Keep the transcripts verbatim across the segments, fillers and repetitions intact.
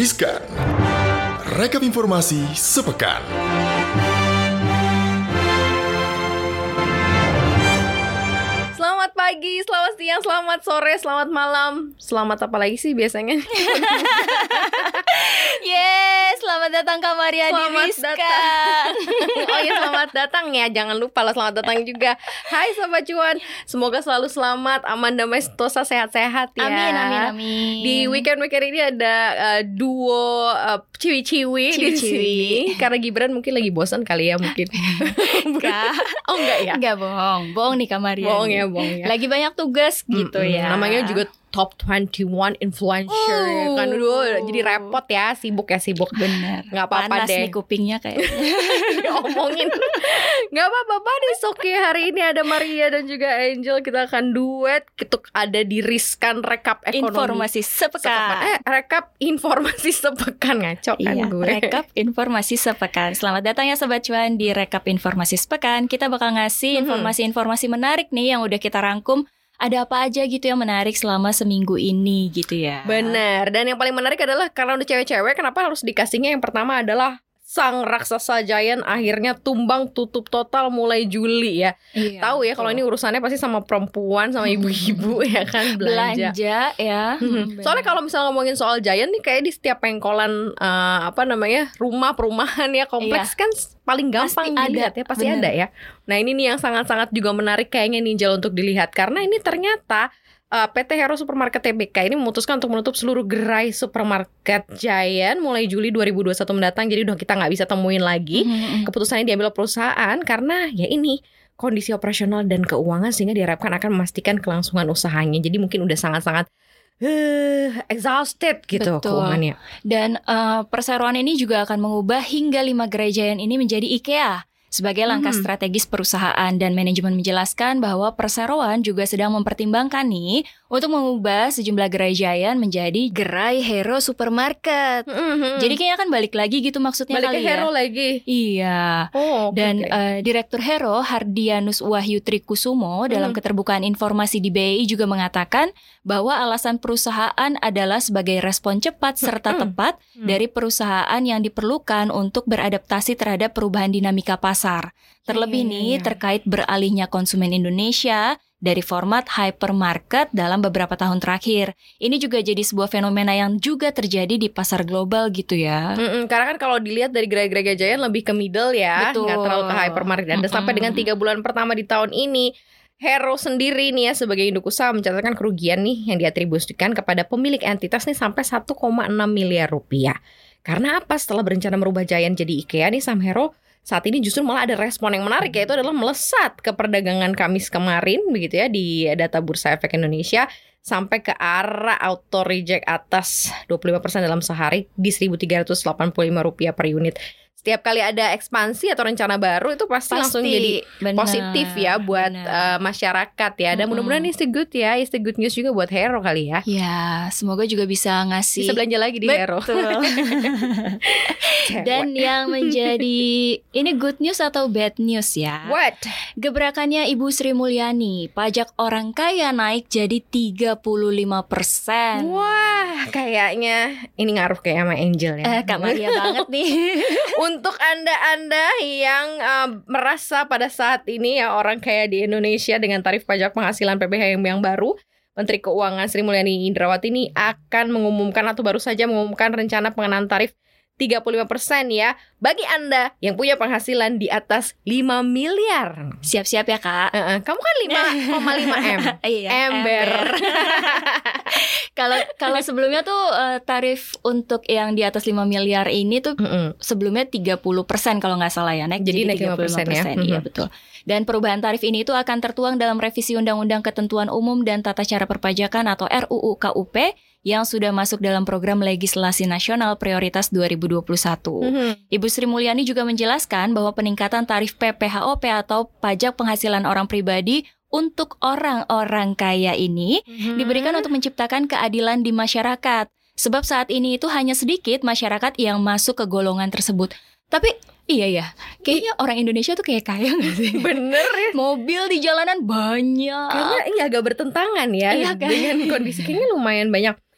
Riskan. Rekap informasi sepekan. Selamat pagi, selamat siang, selamat sore, selamat malam. Selamat apa lagi sih biasanya? Yes, selamat datang Kak Maria di Riskan. Oh iya, selamat datang ya. Jangan lupa lah selamat datang juga. Hai Sobat Cuan, semoga selalu selamat, aman, damai, sentosa, sehat-sehat ya. Amin, amin, amin. Di weekend-weekend ini ada uh, duo uh, ciwi-ciwi di sini. Karena Gibran mungkin lagi bosan kali ya mungkin. Enggak. Oh enggak ya? Enggak bohong, bohong nih Kak Maria. Bohong ya, bohong ya. Lagi banyak tugas gitu Mm-mm. ya. Namanya juga Top dua puluh satu Influencer uh. kan. Aduh, jadi repot ya, sibuk ya sibuk. Bener. Nggak apa-apa Panas deh nih kupingnya kayak diomongin. Nggak apa-apa deh. Oke, hari ini ada Maria dan juga Angel. Kita akan duet. Kita ada di Riskan Rekap Ekonomi informasi sepekan. Eh, rekap informasi sepekan. Ngaco kan Iya, gue. rekap informasi sepekan. Selamat datang ya Sobat Cuan di Rekap Informasi Sepekan. Kita bakal ngasih informasi-informasi menarik nih yang udah kita rangkum. Ada apa aja gitu yang menarik selama seminggu ini gitu ya. Benar. Dan yang paling menarik adalah karena udah cewek-cewek, kenapa harus dikasihnya yang pertama adalah sang raksasa giant akhirnya tumbang tutup total mulai Juli ya. Iya, Tahu ya kalau ini urusannya pasti sama perempuan, sama ibu-ibu ya kan, belanja. belanja ya. Hmm. Soalnya kalau misalnya ngomongin soal giant nih kayak di setiap pengkolan uh, apa namanya rumah perumahan ya kompleks iya. kan paling gampang pasti dilihat ada. ya pasti Bener. ada ya. Nah ini nih yang sangat-sangat juga menarik kayaknya Ninja untuk dilihat karena ini ternyata Uh, P T Hero Supermarket T B K ini memutuskan untuk menutup seluruh gerai supermarket Giant mulai Juli dua ribu dua puluh satu mendatang. Jadi udah kita nggak bisa temuin lagi. Mm-hmm. Keputusannya diambil perusahaan karena ya ini kondisi operasional dan keuangan sehingga diharapkan akan memastikan kelangsungan usahanya. Jadi mungkin udah sangat-sangat uh, exhausted gitu keuangannya. Dan uh, perseroan ini juga akan mengubah hingga lima gerai Giant ini menjadi IKEA. Sebagai langkah hmm. strategis perusahaan dan manajemen menjelaskan bahwa perseroan juga sedang mempertimbangkan nih untuk mengubah sejumlah gerai Giant menjadi gerai Hero Supermarket. Hmm. Jadi kayaknya kan balik lagi gitu maksudnya balik kali ke Hero ya. lagi. Iya. Oh, okay, dan okay. Uh, Direktur Hero Hardianus Wahyu Trikusumo hmm. dalam keterbukaan informasi di B I juga mengatakan bahwa alasan perusahaan adalah sebagai respon cepat serta hmm. tepat hmm. dari perusahaan yang diperlukan untuk beradaptasi terhadap perubahan dinamika pasar. Terlebih ya, ya, nih ya. terkait beralihnya konsumen Indonesia dari format hypermarket dalam beberapa tahun terakhir. Ini juga jadi sebuah fenomena yang juga terjadi di pasar global gitu ya. Mm-mm, karena kan kalau dilihat dari gerai-gerai Giant lebih ke middle ya, Betul. nggak terlalu ke hypermarket. Dan sampai dengan tiga bulan pertama di tahun ini, Hero sendiri nih ya sebagai induk usaha mencatatkan kerugian nih yang diatribusikan kepada pemilik entitas nih sampai satu koma enam miliar rupiah. Karena apa? Setelah berencana merubah Giant jadi IKEA nih, saham Hero saat ini justru malah ada respon yang menarik, yaitu adalah melesat ke perdagangan Kamis kemarin begitu ya di data Bursa Efek Indonesia sampai ke arah auto reject atas dua puluh lima persen dalam sehari di seribu tiga ratus delapan puluh lima rupiah per unit. Setiap kali ada ekspansi atau rencana baru itu pasti, pasti langsung jadi bener, positif ya buat uh, masyarakat ya. Dan mm-hmm. mudah-mudahan ini the good ya, is the good news juga buat Hero kali ya. Ya, semoga juga bisa ngasih bisa belanja lagi di Hero. Dan yang menjadi ini good news atau bad news ya. What? Gebrakannya Ibu Sri Mulyani, pajak orang kaya naik jadi tiga puluh lima persen. Wah, kayaknya ini ngaruh kayak sama Angel ya. Eh, Kak Maria banget nih. Untuk Anda-Anda yang uh, merasa pada saat ini ya orang kaya di Indonesia dengan tarif pajak penghasilan P P H M yang baru, Menteri Keuangan Sri Mulyani Indrawati ini akan mengumumkan atau baru saja mengumumkan rencana pengenaan tarif tiga puluh lima persen ya bagi Anda yang punya penghasilan di atas lima miliar. Siap-siap ya Kak. Uh-uh. Kamu kan lima koma lima M. Iya, ember. Kalau kalau sebelumnya tuh uh, tarif untuk yang di atas lima miliar ini tuh mm-hmm. sebelumnya tiga puluh persen kalau nggak salah ya, naik jadi, jadi naik tiga puluh lima persen ya. Iya betul. Dan perubahan tarif ini itu akan tertuang dalam revisi Undang-Undang Ketentuan Umum dan Tata Cara Perpajakan atau R U U K U P yang sudah masuk dalam program legislasi nasional prioritas dua ribu dua puluh satu. Mm-hmm. Ibu Sri Mulyani juga menjelaskan bahwa peningkatan tarif P P H O P atau pajak penghasilan orang pribadi untuk orang-orang kaya ini mm-hmm. diberikan untuk menciptakan keadilan di masyarakat. Sebab saat ini itu hanya sedikit masyarakat yang masuk ke golongan tersebut. Tapi iya ya, kayaknya orang Indonesia tuh kayak kaya gak sih? Bener ya. Mobil di jalanan banyak. Karena iya agak bertentangan ya, iya, kan? Dengan kondisi kayaknya lumayan banyak.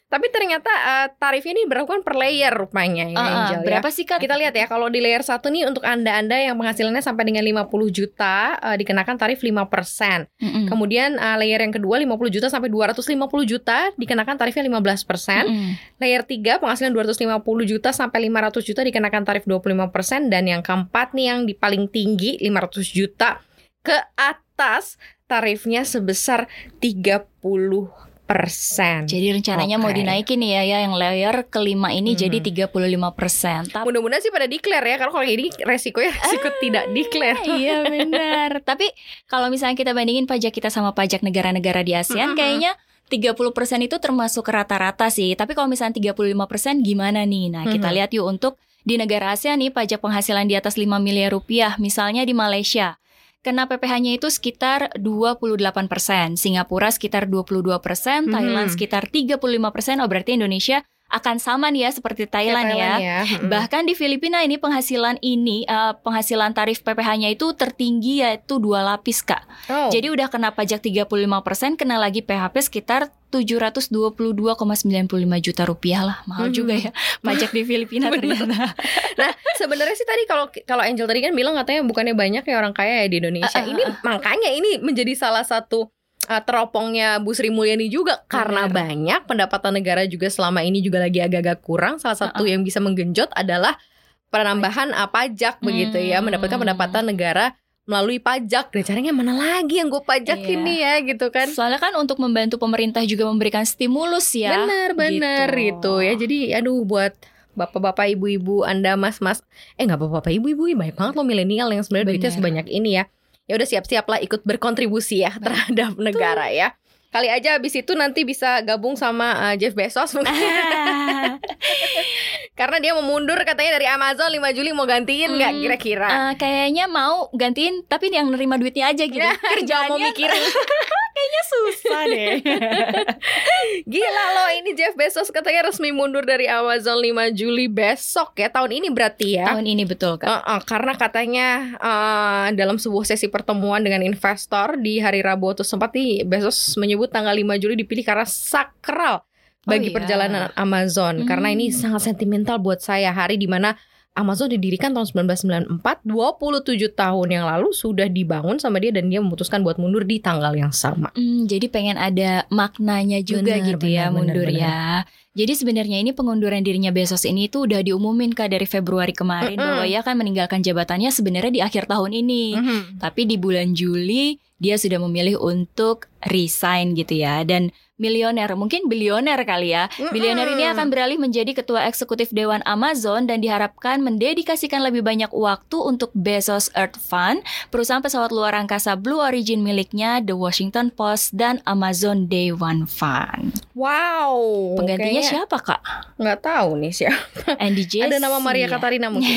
Tapi ternyata uh, tarif ini diberlakukan per layer rupanya ya, Uh, Angel, berapa ya. sih Kak? Kita lihat ya, kalau di layer satu nih untuk Anda-Anda yang penghasilannya sampai dengan lima puluh juta uh, dikenakan tarif lima persen. Mm-mm. Kemudian uh, layer yang kedua lima puluh juta sampai dua ratus lima puluh juta dikenakan tarifnya lima belas persen. Mm-mm. Layer tiga penghasilan dua ratus lima puluh juta sampai lima ratus juta dikenakan tarif dua puluh lima persen. Dan yang keempat nih yang di paling tinggi lima ratus juta ke atas tarifnya sebesar tiga puluh persen. Jadi rencananya mau Oke. dinaikin ya, ya yang layer kelima ini Hmm. jadi tiga puluh lima persen. Tapi Mudah-mudahan sih pada declare ya, karena kalau ini resikonya resiko tidak declare. iya benar. Tapi kalau misalnya kita bandingin pajak kita sama pajak negara-negara di ASEAN, Mm-mm. kayaknya tiga puluh persen itu termasuk rata-rata sih. Tapi kalau misalnya tiga puluh lima persen gimana nih? Nah, kita Mhm. lihat yuk untuk di negara ASEAN nih pajak penghasilan di atas lima miliar rupiah. Misalnya di Malaysia, kena P P H-nya itu sekitar dua puluh delapan persen, Singapura sekitar dua puluh dua persen, Mhm. Thailand sekitar tiga puluh lima persen. Oh, berarti Indonesia akan sama nih ya seperti Thailand, ya. Mm-mm. Bahkan di Filipina ini penghasilan ini uh, penghasilan tarif P P H-nya itu tertinggi yaitu dua lapis, Kak. Oh. Jadi udah kena pajak tiga puluh lima persen, kena lagi P H P sekitar tujuh ratus dua puluh dua koma sembilan lima juta rupiah lah. Mahal Mhm. juga ya pajak di Filipina ternyata. Nah, sebenarnya sih tadi kalau kalau Angel tadi kan bilang katanya bukannya banyak ya orang kaya ya di Indonesia. Ah, ah, Ini makanya ini menjadi salah satu uh, teropongnya Bu Sri Mulyani juga karena Benar. banyak pendapatan negara juga selama ini juga lagi agak-agak kurang. Salah satu Ah, ah. yang bisa menggenjot adalah penambahan uh, pajak begitu ya, Hmm. mendapatkan pendapatan negara melalui pajak. Dan caranya mana lagi yang gue pajakin Iya. nih ya gitu kan. Soalnya kan untuk membantu pemerintah juga memberikan stimulus ya. Bener bener gitu. itu ya. Jadi aduh buat bapak-bapak ibu-ibu Anda mas-mas eh nggak bapak-bapak ibu-ibu banyak banget loh milenial yang sebenarnya duitnya Bener. sebanyak ini ya. Ya udah siap-siap lah ikut berkontribusi ya terhadap negara ya. Kali aja abis itu nanti bisa gabung sama uh, Jeff Bezos mungkin. Karena dia mau mundur katanya dari Amazon lima Juli, mau gantiin nggak Hmm, kira-kira? Eh, kayaknya mau gantiin tapi yang nerima duitnya aja gitu. Ya, nggak Kerjaannya mau mikirin. kayaknya susah deh. Gila loh, ini Jeff Bezos katanya resmi mundur dari Amazon lima Juli besok ya, tahun ini berarti ya. Tahun ini betul, Kak. Uh-uh, karena katanya uh, dalam sebuah sesi pertemuan dengan investor di hari Rabu waktu sempat nih, Bezos menyebut tanggal lima Juli dipilih karena sakral bagi Oh, iya. perjalanan Amazon. Hmm. Karena ini sangat sentimental buat saya, hari di mana Amazon didirikan tahun sembilan belas sembilan puluh empat, dua puluh tujuh tahun yang lalu sudah dibangun sama dia, dan dia memutuskan buat mundur di tanggal yang sama. Hmm, jadi pengen ada maknanya juga Benar, gitu ya benar, mundur benar, ya. Jadi sebenarnya ini pengunduran dirinya Bezos ini tuh udah diumumin Kak dari Februari kemarin Mm-mm. bahwa ia akan meninggalkan jabatannya sebenarnya di akhir tahun ini. Mhm. Tapi di bulan Juli dia sudah memilih untuk resign gitu ya. Dan milioner, mungkin bilioner kali ya. Bilioner ini akan beralih menjadi ketua eksekutif Dewan Amazon dan diharapkan mendedikasikan lebih banyak waktu untuk Bezos Earth Fund, perusahaan pesawat luar angkasa Blue Origin miliknya, The Washington Post, dan Amazon Day One Fund. Wow. Penggantinya kayaknya siapa, Kak? nggak tahu nih siapa. Andy Jassy. Ada nama Maria ya? Katarina mungkin.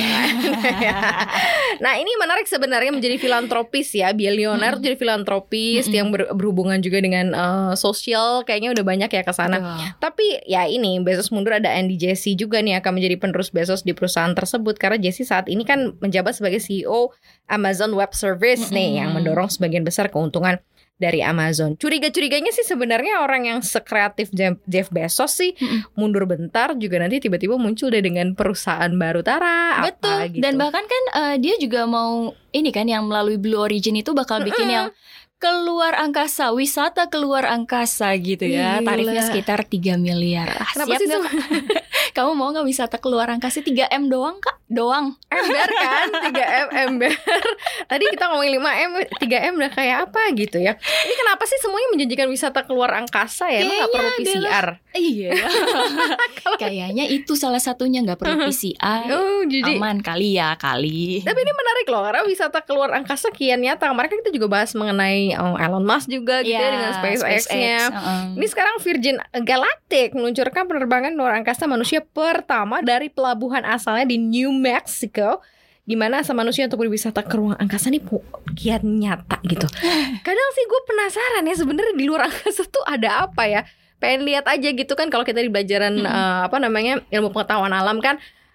Nah, ini menarik sebenarnya menjadi filantropis ya, bilioner Mm-mm. jadi filantropis Mm-mm. yang ber- berhubungan juga dengan uh, sosial, kayaknya udah banyak ya ke sana. Betul. Tapi ya ini Bezos mundur, ada Andy Jassy juga nih akan menjadi penerus Bezos di perusahaan tersebut, karena Jassy saat ini kan menjabat sebagai C E O Amazon Web Service nih, Mm-mm. yang mendorong sebagian besar keuntungan dari Amazon. Curiga-curiganya sih sebenarnya orang yang sekreatif Jeff Jeff Bezos sih Mm-mm. mundur bentar juga nanti tiba-tiba muncul deh dengan perusahaan baru, Tara apa Betul. gitu. Dan bahkan kan eh, dia juga mau ini kan yang melalui Blue Origin itu bakal bikin yang keluar angkasa, wisata keluar angkasa gitu ya. Gila. Tarifnya sekitar tiga miliar. Ah, Kenapa siap sih nggak, sem- Kak? Kamu mau nggak wisata keluar angkasa tiga M doang, Kak? Doang. ember kan, tiga M ember. Tadi kita ngomongin lima M, tiga M udah kayak apa gitu ya. Ini kenapa sih semuanya menjanjikan wisata keluar angkasa ya? Emang nggak perlu P C R? Iya. Kayaknya itu salah satunya, nggak perlu P C R. Oh, jadi Aman kali ya, kali. tapi ini menarik loh, karena wisata keluar angkasa kian nyata. Kemarin kan kita juga bahas mengenai oh, Elon Musk juga gitu ya, dengan SpaceX-nya. uh-uh. Ini sekarang Virgin Galactic meluncurkan penerbangan luar angkasa manusia pertama dari pelabuhan asalnya di New Mexico, di mana asal manusia untuk berwisata ke ruang angkasa nih pu- kian nyata gitu. Kadang sih gue penasaran ya, sebenarnya di luar angkasa tuh ada apa ya? Pengen lihat aja gitu kan, kalau kita di pelajaran Mm-mm. eh, apa namanya ilmu pengetahuan alam kan,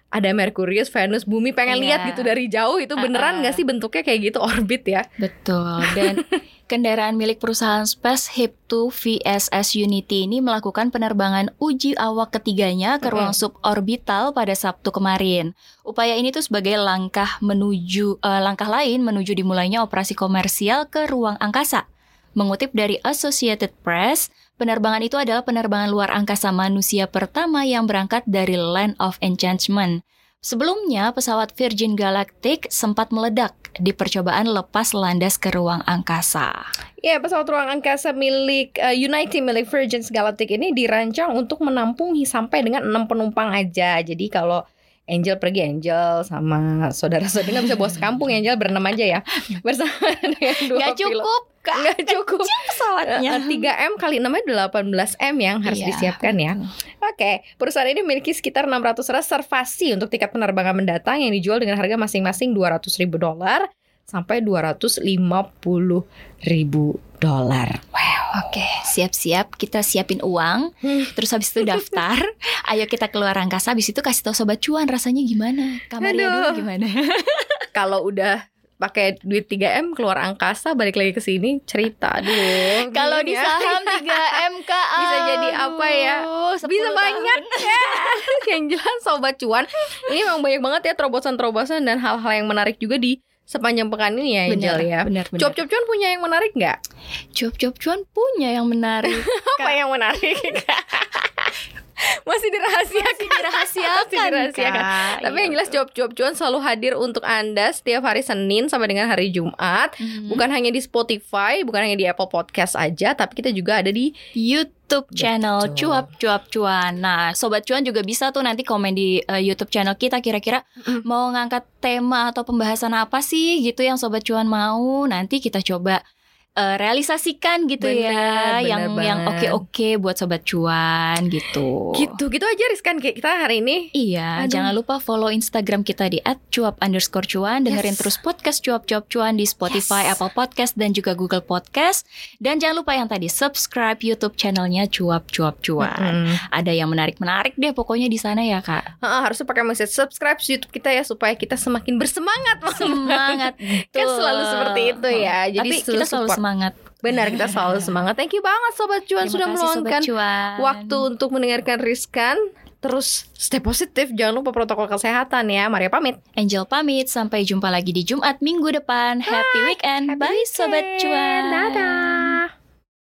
ada Merkurius, Venus, Bumi, pengen Iya. lihat gitu dari jauh itu beneran nggak Uh-uh. sih bentuknya kayak gitu orbit ya? Betul. Dan kendaraan milik perusahaan SpaceShip dua V S S Unity ini melakukan penerbangan uji awak ketiganya ke ruang suborbital pada Sabtu kemarin. Upaya ini tuh sebagai langkah menuju eh, langkah lain menuju dimulainya operasi komersial ke ruang angkasa. Mengutip dari Associated Press, penerbangan itu adalah penerbangan luar angkasa manusia pertama yang berangkat dari Land of Enchantment. Sebelumnya, pesawat Virgin Galactic sempat meledak di percobaan lepas landas ke ruang angkasa. Ya, pesawat ruang angkasa milik uh, Unity milik Virgin Galactic ini dirancang untuk menampung sampai dengan enam penumpang aja. Jadi kalau Angel pergi, Angel sama saudara-saudara nggak bisa bawa sekampung, Angel berenam aja ya bersama dengan dua Gak pilot. cukup, Kak. Nggak cukup. Kecil pesawatnya. Uh, tiga M kali enam delapan belas M yang harus Iya. disiapkan ya. Oke, perusahaan ini memiliki sekitar enam ratus reservasi untuk tiket penerbangan mendatang yang dijual dengan harga masing-masing dua ratus ribu dolar sampai dua ratus lima puluh ribu dolar. Oke, siap-siap kita siapin uang. Terus habis itu daftar. Ayo kita keluar angkasa. Habis itu kasih tahu Sobat Cuan rasanya gimana. Kamarnya Aduh. dulu gimana. Kalau udah pakai duit tiga M keluar angkasa balik lagi ke sini cerita aduh. Kalau di bingung ya. saham tiga M Kak, Bisa jadi apa ya? aduh, Bisa sepuluh banyak tahun. ya. Yang jelas Sobat Cuan, ini memang banyak banget ya terobosan-terobosan dan hal-hal yang menarik juga di sepanjang pekan ini ya Angel Benar, ya. benar, benar. Cuap-cuap Cuan punya yang menarik nggak? Cuap-cuap Cuan punya yang menarik. Apa yang menarik? Masih dirahasiakan. Masih dirahasiakan, Masih dirahasiakan. Kak. Tapi Iya, yang jelas Cuap-cuap Cuan selalu hadir untuk Anda setiap hari Senin sampai dengan hari Jumat. Mhm. Bukan hanya di Spotify, bukan hanya di Apple Podcast aja, tapi kita juga ada di YouTube channel Betul. Cuap Cuap Cuan. Nah, Sobat Cuan juga bisa tuh nanti komen di uh, YouTube channel kita kira-kira Mm. mau ngangkat tema atau pembahasan apa sih gitu yang Sobat Cuan mau. Nanti kita coba uh, realisasikan gitu Bener, ya, bener yang yang banget. oke-oke buat Sobat Cuan gitu. gitu-gitu aja Rizkan kayak kita hari ini. Iya, Aduh. jangan lupa follow Instagram kita di at cuap underscore cuan. Dengerin Yes. terus podcast Cuap-Cuap Cuan di Spotify, Yes. Apple Podcast, dan juga Google Podcast. Dan jangan lupa yang tadi, subscribe YouTube channelnya Cuap-Cuap Cuan. Mm-mm. Ada yang menarik-menarik deh pokoknya di sana ya, Kak. Ha, harusnya pakai message subscribe YouTube kita ya supaya kita semakin bersemangat. Semangat. Kan betul. selalu seperti itu ya. Jadi Tapi kita selalu support. semangat. Benar, kita selalu semangat. Thank you banget Sobat Cuan Terima sudah kasih, meluangkan Sobat Cuan. waktu untuk mendengarkan Rizkan. Terus stay positif, jangan lupa protokol kesehatan ya. Maria pamit. Angel pamit, sampai jumpa lagi di Jumat minggu depan. Happy weekend. Happy Bye Sobat weekend. Cuan. Dadah.